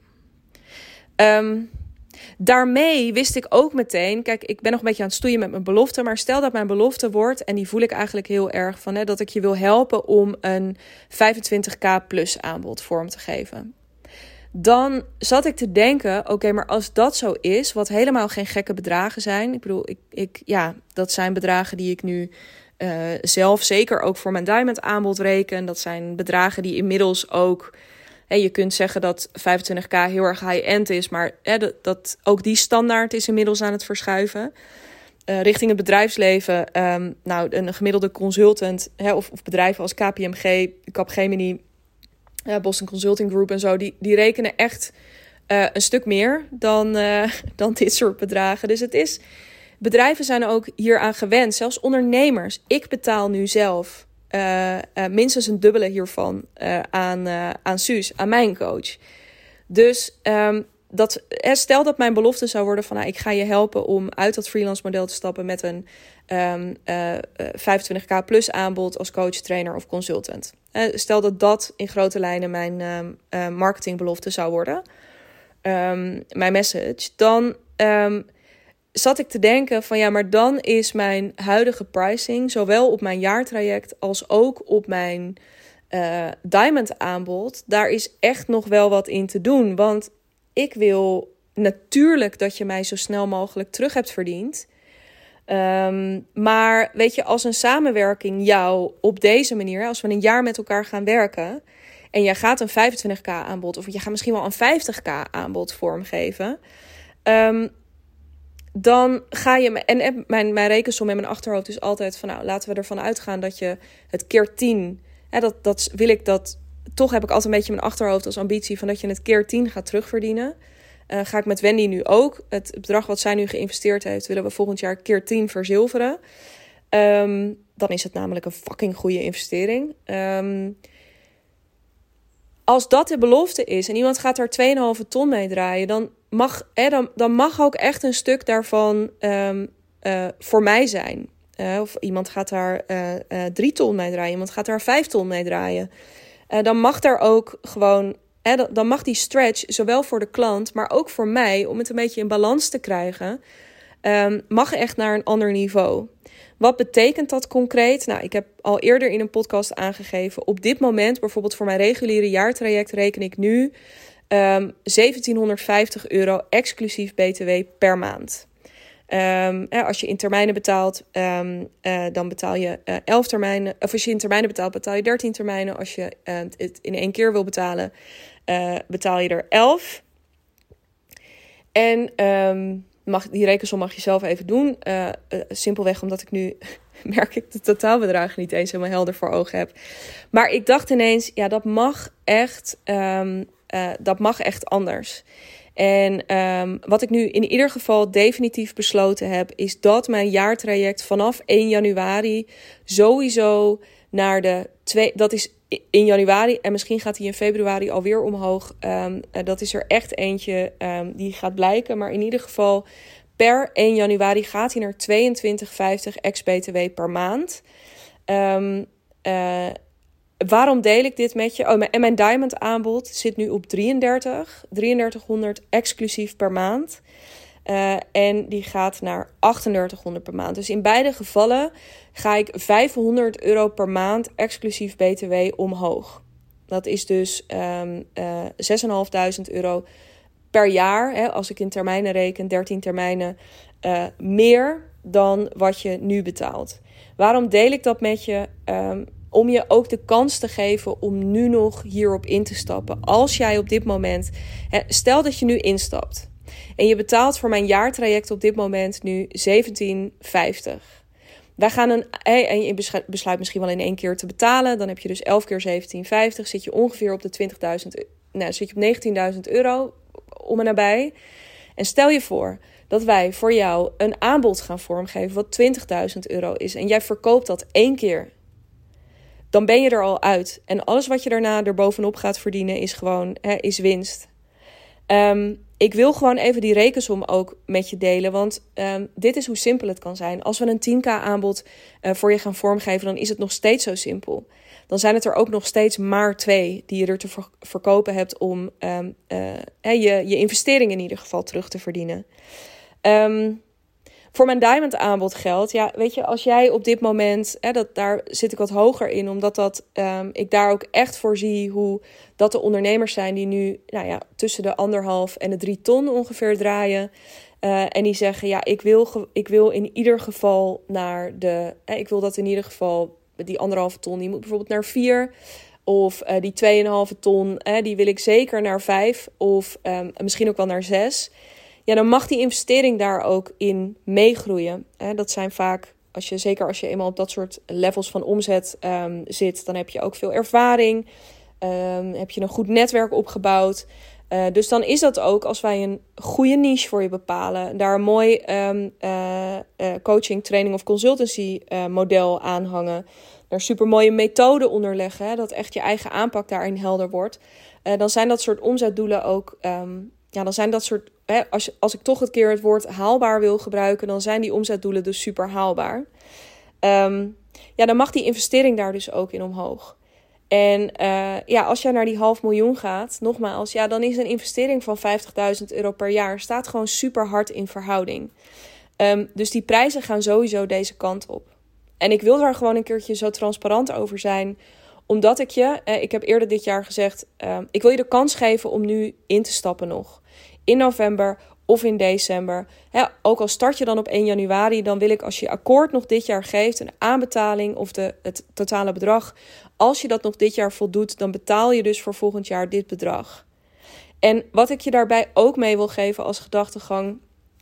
[SPEAKER 1] Um, daarmee wist ik ook meteen, kijk, ik ben nog een beetje aan het stoeien met mijn belofte, maar stel dat mijn belofte wordt, en die voel ik eigenlijk heel erg van, hè, dat ik je wil helpen om een vijfentwintig k plus aanbod vorm te geven. Dan zat ik te denken, oké, okay, maar als dat zo is, wat helemaal geen gekke bedragen zijn. Ik bedoel, ik, ik, ja, dat zijn bedragen die ik nu uh, zelf zeker ook voor mijn Diamond aanbod reken. Dat zijn bedragen die inmiddels ook, hè, je kunt zeggen dat vijfentwintig k heel erg high-end is, maar hè, dat, dat ook die standaard is inmiddels aan het verschuiven. Uh, richting het bedrijfsleven, um, nou, een gemiddelde consultant, hè, of, of bedrijven als K P M G, Capgemini, Uh, Boston Consulting Group en zo, die, die rekenen echt uh, een stuk meer dan, uh, dan dit soort bedragen. Dus het is, bedrijven zijn ook hieraan gewend, zelfs ondernemers. Ik betaal nu zelf uh, uh, minstens een dubbele hiervan uh, aan, uh, aan Suus, aan mijn coach. Dus um, dat, stel dat mijn belofte zou worden van, nou, ik ga je helpen om uit dat freelance model te stappen met een um, uh, vijfentwintig k plus aanbod als coach, trainer of consultant. Uh, stel dat dat in grote lijnen mijn um, uh, marketingbelofte zou worden, um, mijn message, dan um, zat ik te denken van ja, maar dan is mijn huidige pricing, zowel op mijn jaartraject als ook op mijn uh, Diamond aanbod, daar is echt nog wel wat in te doen. Want ik wil natuurlijk dat je mij zo snel mogelijk terug hebt verdiend. Um, maar weet je, als een samenwerking jou op deze manier, als we een jaar met elkaar gaan werken en jij gaat een vijfentwintig k aanbod of je gaat misschien wel een vijftig k aanbod vormgeven, um, dan ga je, en, en mijn, mijn rekensom in mijn achterhoofd is altijd van nou, laten we ervan uitgaan dat je het keer tien, hè, dat, dat wil ik dat, toch heb ik altijd een beetje mijn achterhoofd als ambitie van dat je het keer tien gaat terugverdienen. Uh, ga ik met Wendy nu ook. Het bedrag wat zij nu geïnvesteerd heeft, willen we volgend jaar keer tien verzilveren. Um, dan is het namelijk een fucking goede investering. Um, als dat de belofte is en iemand gaat daar twee komma vijf ton mee draaien, dan mag, eh, dan, dan mag ook echt een stuk daarvan um, uh, voor mij zijn. Uh, of iemand gaat daar uh, uh, drie ton mee draaien, iemand gaat daar vijf ton mee draaien. Uh, dan mag daar ook gewoon, hè, dan mag die stretch, zowel voor de klant, maar ook voor mij, om het een beetje in balans te krijgen, um, mag echt naar een ander niveau. Wat betekent dat concreet? Nou, ik heb al eerder in een podcast aangegeven, op dit moment, bijvoorbeeld voor mijn reguliere jaartraject, reken ik nu um, zeventienhonderdvijftig euro exclusief B T W per maand. Um, eh, als je in termijnen betaalt, um, uh, dan betaal je uh, elf termijnen. Of als je in termijnen betaalt, betaal je dertien termijnen. Als je uh, het in één keer wil betalen, uh, betaal je er elf. En um, mag, die rekensom mag je zelf even doen. Uh, uh, simpelweg omdat ik nu, merk ik, de totaalbedragen niet eens helemaal helder voor ogen heb. Maar ik dacht ineens, ja, dat mag echt, um, uh, dat mag echt anders. En um, wat ik nu in ieder geval definitief besloten heb, is dat mijn jaartraject vanaf één januari sowieso naar de twee, dat is in januari en misschien gaat hij in februari alweer omhoog. Um, uh, dat is er echt eentje um, die gaat blijken, maar in ieder geval per één januari gaat hij naar tweeëntwintig vijftig ex-B T W per maand. Um, uh, Waarom deel ik dit met je? Oh, en mijn Diamond aanbod zit nu op drieëndertig, drieëndertighonderd exclusief per maand. Uh, en die gaat naar achtendertighonderd per maand. Dus in beide gevallen ga ik vijfhonderd euro per maand exclusief B T W omhoog. Dat is dus um, uh, zesduizend vijfhonderd euro per jaar, hè, als ik in termijnen reken, dertien termijnen, uh, meer dan wat je nu betaalt. Waarom deel ik dat met je? Um, om je ook de kans te geven om nu nog hierop in te stappen. Als jij op dit moment, hè, stel dat je nu instapt en je betaalt voor mijn jaartraject op dit moment nu zeventien vijftig. Wij gaan een, en je besluit misschien wel in één keer te betalen. Dan heb je dus elf keer zeventien vijftig. Zit je ongeveer op de twintigduizend. Nou, zit je op negentienduizend euro om en nabij. En stel je voor dat wij voor jou een aanbod gaan vormgeven wat twintigduizend euro is. En jij verkoopt dat één keer. Dan ben je er al uit. En alles wat je daarna erbovenop gaat verdienen is gewoon hè, is winst. Um, ik wil gewoon even die rekensom ook met je delen. Want um, dit is hoe simpel het kan zijn. Als we een tien k aanbod uh, voor je gaan vormgeven, dan is het nog steeds zo simpel. Dan zijn het er ook nog steeds maar twee die je er te ver- verkopen hebt om um, uh, je, je investering in ieder geval terug te verdienen. Um, voor mijn diamond aanbod geldt, ja, weet je, als jij op dit moment, hè, dat, daar zit ik wat hoger in, omdat dat, um, ik daar ook echt voor zie hoe dat de ondernemers zijn die nu, nou ja, tussen de anderhalf en de drie ton ongeveer draaien. Uh, en die zeggen, ja, ik wil, ik wil in ieder geval naar de, hè, ik wil dat in ieder geval, die anderhalve ton, die moet bijvoorbeeld naar vier. Of uh, die tweeënhalve ton, hè, die wil ik zeker naar vijf. Of um, misschien ook wel naar zes. Ja, dan mag die investering daar ook in meegroeien. Hè, dat zijn vaak, als je, zeker als je eenmaal op dat soort levels van omzet um, zit, dan heb je ook veel ervaring. Um, heb je een goed netwerk opgebouwd. Uh, dus dan is dat ook, als wij een goede niche voor je bepalen, daar een mooi um, uh, uh, coaching, training of consultancy uh, model aan hangen, daar super mooie methoden onderleggen, hè, dat echt je eigen aanpak daarin helder wordt. Uh, dan zijn dat soort omzetdoelen ook, um, ja, dan zijn dat soort, hè, als, als ik toch een keer het woord haalbaar wil gebruiken, dan zijn die omzetdoelen dus super haalbaar. Um, ja, dan mag die investering daar dus ook in omhoog. En uh, ja, als jij naar die half miljoen gaat, nogmaals, ja, dan is een investering van vijftigduizend euro per jaar staat gewoon super hard in verhouding. Um, dus die prijzen gaan sowieso deze kant op. En ik wil daar gewoon een keertje zo transparant over zijn, omdat ik je, eh, ik heb eerder dit jaar gezegd, uh, ik wil je de kans geven om nu in te stappen nog. In november of in december. Hè, ook al start je dan op één januari, dan wil ik, als je akkoord nog dit jaar geeft, een aanbetaling of de, het totale bedrag, als je dat nog dit jaar voldoet, dan betaal je dus voor volgend jaar dit bedrag. En wat ik je daarbij ook mee wil geven als gedachtegang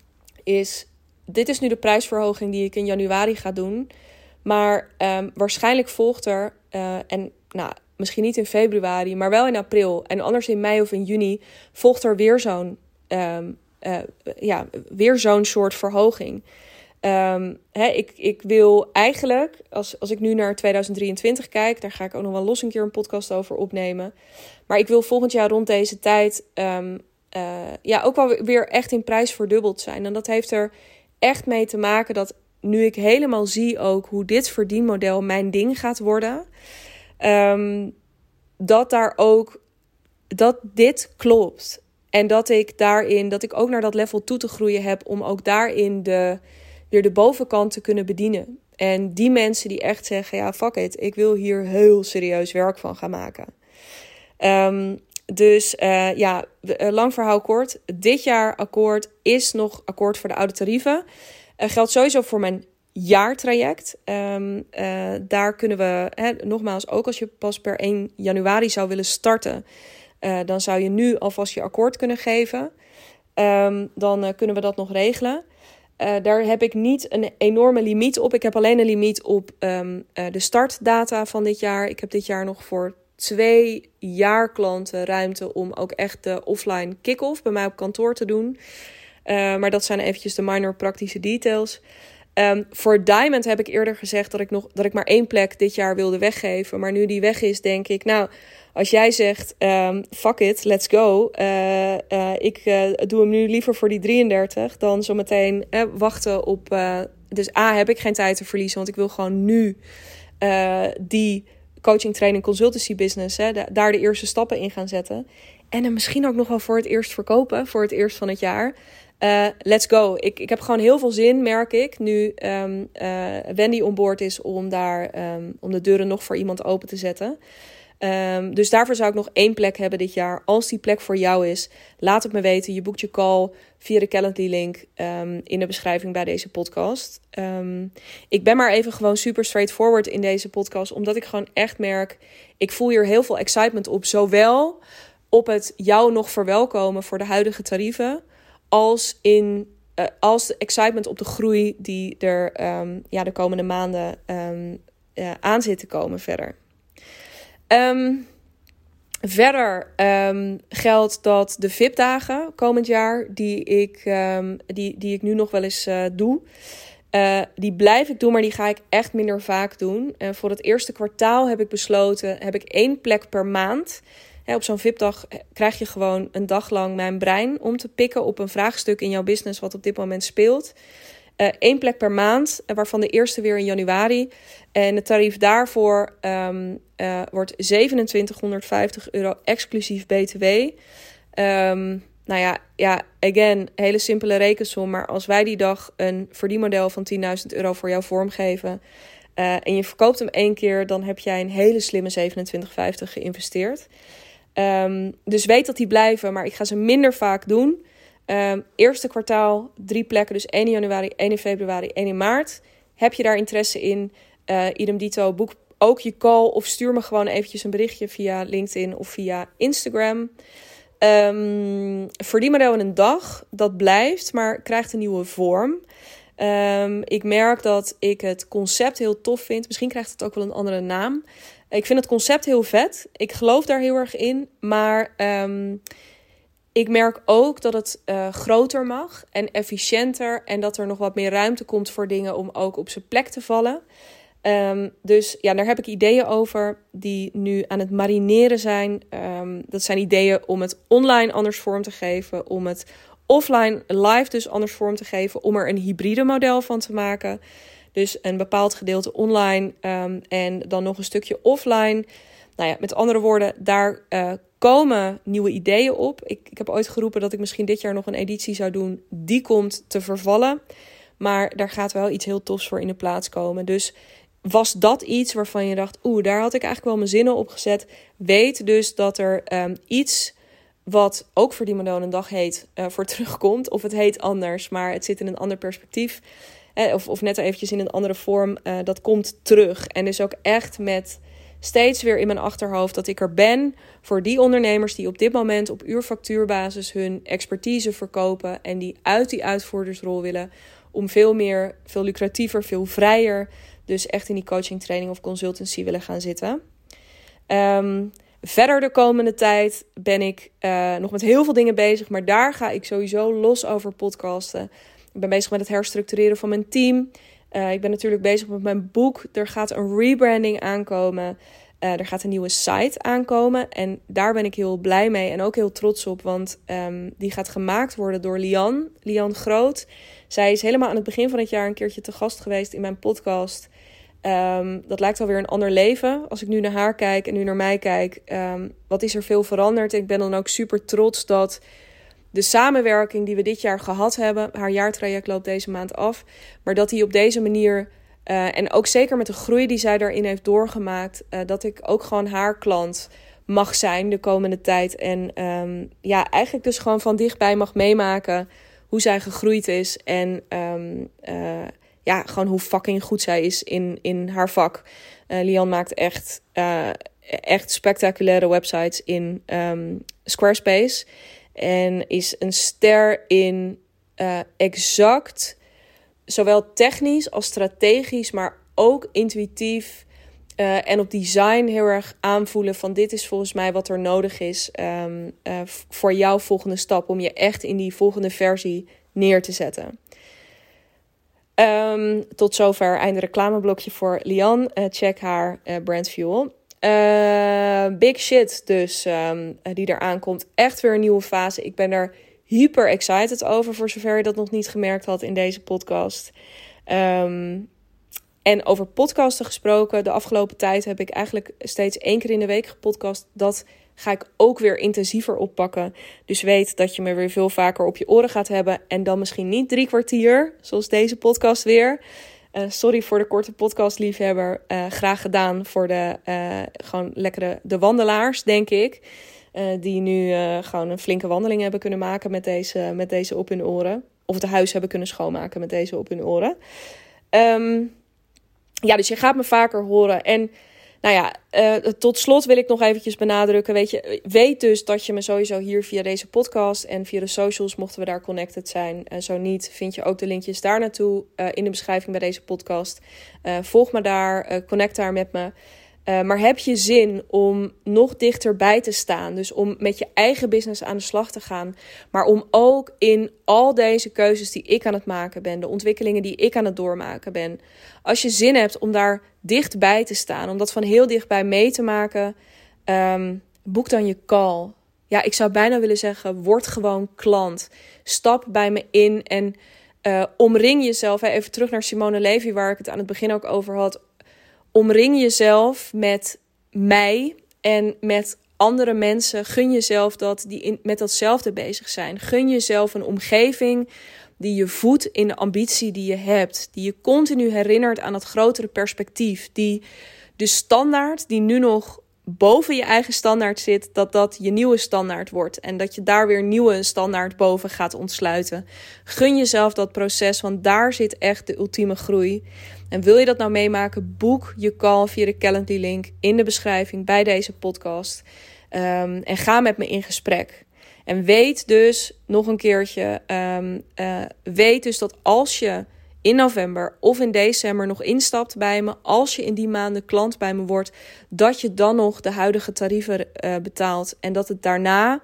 [SPEAKER 1] is, dit is nu de prijsverhoging die ik in januari ga doen. Maar um, waarschijnlijk volgt er, uh, en nou, misschien niet in februari, maar wel in april. En anders in mei of in juni volgt er weer zo'n, um, uh, ja, weer zo'n soort verhoging. Um, hè, ik, ik wil eigenlijk, als, als ik nu naar tweeduizend drieëntwintig kijk, daar ga ik ook nog wel los een keer een podcast over opnemen. Maar ik wil volgend jaar rond deze tijd um, uh, ja, ook wel weer echt in prijs verdubbeld zijn. En dat heeft er echt mee te maken dat nu ik helemaal zie ook hoe dit verdienmodel mijn ding gaat worden, um, dat daar ook, dat dit klopt. En dat ik daarin, dat ik ook naar dat level toe te groeien heb om ook daarin de, weer de bovenkant te kunnen bedienen. En die mensen die echt zeggen, ja, fuck it, ik wil hier heel serieus werk van gaan maken. Um, dus uh, ja, lang verhaal kort. Dit jaar akkoord is nog akkoord voor de oude tarieven. Uh, geldt sowieso voor mijn jaartraject. Um, uh, daar kunnen we, hè, nogmaals, ook als je pas per één januari zou willen starten, Uh, dan zou je nu alvast je akkoord kunnen geven. Um, dan uh, kunnen we dat nog regelen. Uh, daar heb ik niet een enorme limiet op. Ik heb alleen een limiet op um, uh, de startdata van dit jaar. Ik heb dit jaar nog voor twee jaarklanten ruimte om ook echt de offline kick-off bij mij op kantoor te doen. Uh, maar dat zijn eventjes de minor praktische details. Um, voor Diamond heb ik eerder gezegd dat ik, nog, dat ik maar één plek dit jaar wilde weggeven. Maar nu die weg is, denk ik, nou, als jij zegt, um, fuck it, let's go. Uh, uh, ik uh, doe hem nu liever voor die drieëndertig dan zometeen uh, wachten op. Uh, dus A, heb ik geen tijd te verliezen, want ik wil gewoon nu uh, die coaching, training, consultancy business, hè, de, daar de eerste stappen in gaan zetten. En hem misschien ook nog wel voor het eerst verkopen, voor het eerst van het jaar. Uh, let's go. Ik, ik heb gewoon heel veel zin, merk ik, nu um, uh, Wendy on board is om daar um, om de deuren nog voor iemand open te zetten. Um, dus daarvoor zou ik nog één plek hebben dit jaar. Als die plek voor jou is, laat het me weten. Je boekt je call via de Calendly-link um, in de beschrijving bij deze podcast. Um, ik ben maar even gewoon super straightforward in deze podcast, omdat ik gewoon echt merk, ik voel hier heel veel excitement op. Zowel op het jou nog verwelkomen voor de huidige tarieven, als in uh, als de excitement op de groei die er um, ja, de komende maanden um, uh, aan zit te komen verder. Um, verder um, geldt dat de V I P-dagen komend jaar, die ik, um, die, die ik nu nog wel eens uh, doe, uh, die blijf ik doen, maar die ga ik echt minder vaak doen. Uh, voor het eerste kwartaal heb ik besloten, heb ik één plek per maand. He, op zo'n V I P-dag krijg je gewoon een dag lang mijn brein om te pikken op een vraagstuk in jouw business wat op dit moment speelt. Uh, één plek per maand, uh, waarvan de eerste weer in januari. En het tarief daarvoor um, uh, wordt zevenentwintighonderdvijftig euro exclusief B T W. Um, nou ja, ja, again, hele simpele rekensom. Maar als wij die dag een verdienmodel van tienduizend euro voor jou vormgeven, Uh, en je verkoopt hem één keer, dan heb jij een hele slimme zevenentwintig vijftig geïnvesteerd. Um, dus weet dat die blijven, maar ik ga ze minder vaak doen. Um, eerste kwartaal, drie plekken, dus één in januari, één in februari, één in maart. Heb je daar interesse in? Uh, idem dito, boek ook je call of stuur me gewoon eventjes een berichtje via LinkedIn of via Instagram. Um, verdienmodel in een dag, dat blijft, maar krijgt een nieuwe vorm. Um, ik merk dat ik het concept heel tof vind. Misschien krijgt het ook wel een andere naam. Ik vind het concept heel vet. Ik geloof daar heel erg in. Maar um, ik merk ook dat het uh, groter mag en efficiënter. En dat er nog wat meer ruimte komt voor dingen om ook op zijn plek te vallen. Um, dus ja, daar heb ik ideeën over die nu aan het marineren zijn. Um, dat zijn ideeën om het online anders vorm te geven. Om het offline live dus anders vorm te geven. Om er een hybride model van te maken. Dus een bepaald gedeelte online um, en dan nog een stukje offline. Nou ja, met andere woorden, daar uh, komen nieuwe ideeën op. Ik, ik heb ooit geroepen dat ik misschien dit jaar nog een editie zou doen. Die komt te vervallen. Maar daar gaat wel iets heel tofs voor in de plaats komen. Dus was dat iets waarvan je dacht, oeh, daar had ik eigenlijk wel mijn zinnen op gezet. Weet dus dat er um, iets wat ook verdienmodel een dag heet, uh, voor terugkomt. Of het heet anders, maar het zit in een ander perspectief. Eh, of, of net eventjes in een andere vorm. Uh, dat komt terug. En dus ook echt met steeds weer in mijn achterhoofd dat ik er ben voor die ondernemers die op dit moment op uurfactuurbasis hun expertise verkopen en die uit die uitvoerdersrol willen om veel meer, veel lucratiever, veel vrijer, dus echt in die coaching, training of consultancy willen gaan zitten. Um, verder de komende tijd ben ik uh, nog met heel veel dingen bezig, maar daar ga ik sowieso los over podcasten. Ik ben bezig met het herstructureren van mijn team. Uh, ik ben natuurlijk bezig met mijn boek. Er gaat een rebranding aankomen. Uh, er gaat een nieuwe site aankomen. En daar ben ik heel blij mee en ook heel trots op. Want um, die gaat gemaakt worden door Lian. Lian Groot. Zij is helemaal aan het begin van het jaar een keertje te gast geweest in mijn podcast. Um, dat lijkt alweer een ander leven. Als ik nu naar haar kijk en nu naar mij kijk. Um, wat is er veel veranderd. Ik ben dan ook super trots dat de samenwerking die we dit jaar gehad hebben, haar jaartraject loopt deze maand af, maar dat die op deze manier, uh, en ook zeker met de groei die zij daarin heeft doorgemaakt, uh, dat ik ook gewoon haar klant mag zijn de komende tijd. En um, ja, eigenlijk dus gewoon van dichtbij mag meemaken hoe zij gegroeid is. En um, uh, ja, gewoon hoe fucking goed zij is in, in haar vak. Uh, Lian maakt echt, uh, echt spectaculaire websites in um, Squarespace. En is een ster in uh, exact, zowel technisch als strategisch, maar ook intuïtief. Uh, en op design heel erg aanvoelen van dit is volgens mij wat er nodig is um, uh, voor jouw volgende stap. Om je echt in die volgende versie neer te zetten. Um, tot zover einde reclameblokje voor Lian. Uh, check haar uh, Brandfuel. Uh, big shit dus um, die eraan komt. Echt weer een nieuwe fase. Ik ben er hyper excited over, voor zover je dat nog niet gemerkt had in deze podcast. Um, en over podcasten gesproken. De afgelopen tijd heb ik eigenlijk steeds één keer in de week gepodcast. Dat ga ik ook weer intensiever oppakken. Dus weet dat je me weer veel vaker op je oren gaat hebben. En dan misschien niet drie kwartier, zoals deze podcast weer. Uh, sorry voor de korte podcastliefhebber. Uh, graag gedaan voor de uh, gewoon lekkere de wandelaars, denk ik. Uh, die nu uh, gewoon een flinke wandeling hebben kunnen maken met deze, met deze op hun oren. Of het huis hebben kunnen schoonmaken met deze op hun oren. Um, ja, dus je gaat me vaker horen. En nou ja, uh, tot slot wil ik nog eventjes benadrukken. Weet je, weet dus dat je me sowieso hier via deze podcast en via de socials, mochten we daar connected zijn. Uh, zo niet, vind je ook de linkjes daar naartoe uh, in de beschrijving bij deze podcast. Uh, volg me daar, uh, connect daar met me. Uh, maar heb je zin om nog dichterbij te staan? Dus om met je eigen business aan de slag te gaan. Maar om ook in al deze keuzes die ik aan het maken ben. De ontwikkelingen die ik aan het doormaken ben. Als je zin hebt om daar dichtbij te staan. Om dat van heel dichtbij mee te maken. Um, boek dan je call. Ja, ik zou bijna willen zeggen, word gewoon klant. Stap bij me in en uh, omring jezelf. Hè, even terug naar Simone Levy, waar ik het aan het begin ook over had. Omring jezelf met mij en met andere mensen. Gun jezelf dat die in, met datzelfde bezig zijn. Gun jezelf een omgeving die je voedt in de ambitie die je hebt. Die je continu herinnert aan het grotere perspectief. Die de standaard die nu nog boven je eigen standaard zit, dat dat je nieuwe standaard wordt. En dat je daar weer nieuwe standaard boven gaat ontsluiten. Gun jezelf dat proces, want daar zit echt de ultieme groei. En wil je dat nou meemaken, boek je call via de Calendly link in de beschrijving bij deze podcast. Um, en ga met me in gesprek. En weet dus, nog een keertje, um, uh, weet dus dat als je in november of in december nog instapt bij me, als je in die maanden klant bij me wordt, dat je dan nog de huidige tarieven uh, betaalt. En dat het daarna,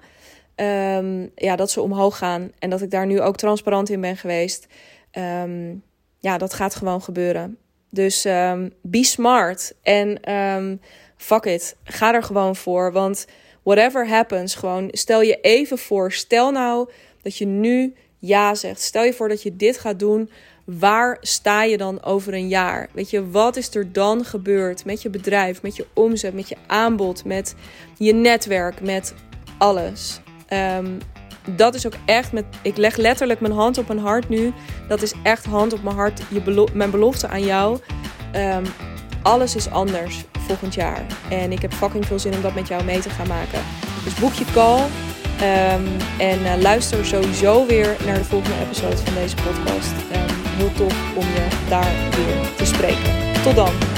[SPEAKER 1] um, ja, dat ze omhoog gaan. En dat ik daar nu ook transparant in ben geweest. Um, ja, dat gaat gewoon gebeuren. Dus um, be smart. En um, fuck it. Ga er gewoon voor. Want whatever happens, gewoon stel je even voor. Stel nou dat je nu ja zegt. Stel je voor dat je dit gaat doen. Waar sta je dan over een jaar? Weet je, wat is er dan gebeurd met je bedrijf, met je omzet, met je aanbod, met je netwerk, met alles? Um, dat is ook echt, met, ik leg letterlijk mijn hand op mijn hart nu. Dat is echt hand op mijn hart, je belo- mijn belofte aan jou. Um, alles is anders volgend jaar. En ik heb fucking veel zin om dat met jou mee te gaan maken. Dus boek je call. Um, en uh, luister sowieso weer naar de volgende episode van deze podcast. Um, heel tof om je daar weer te spreken. Tot dan.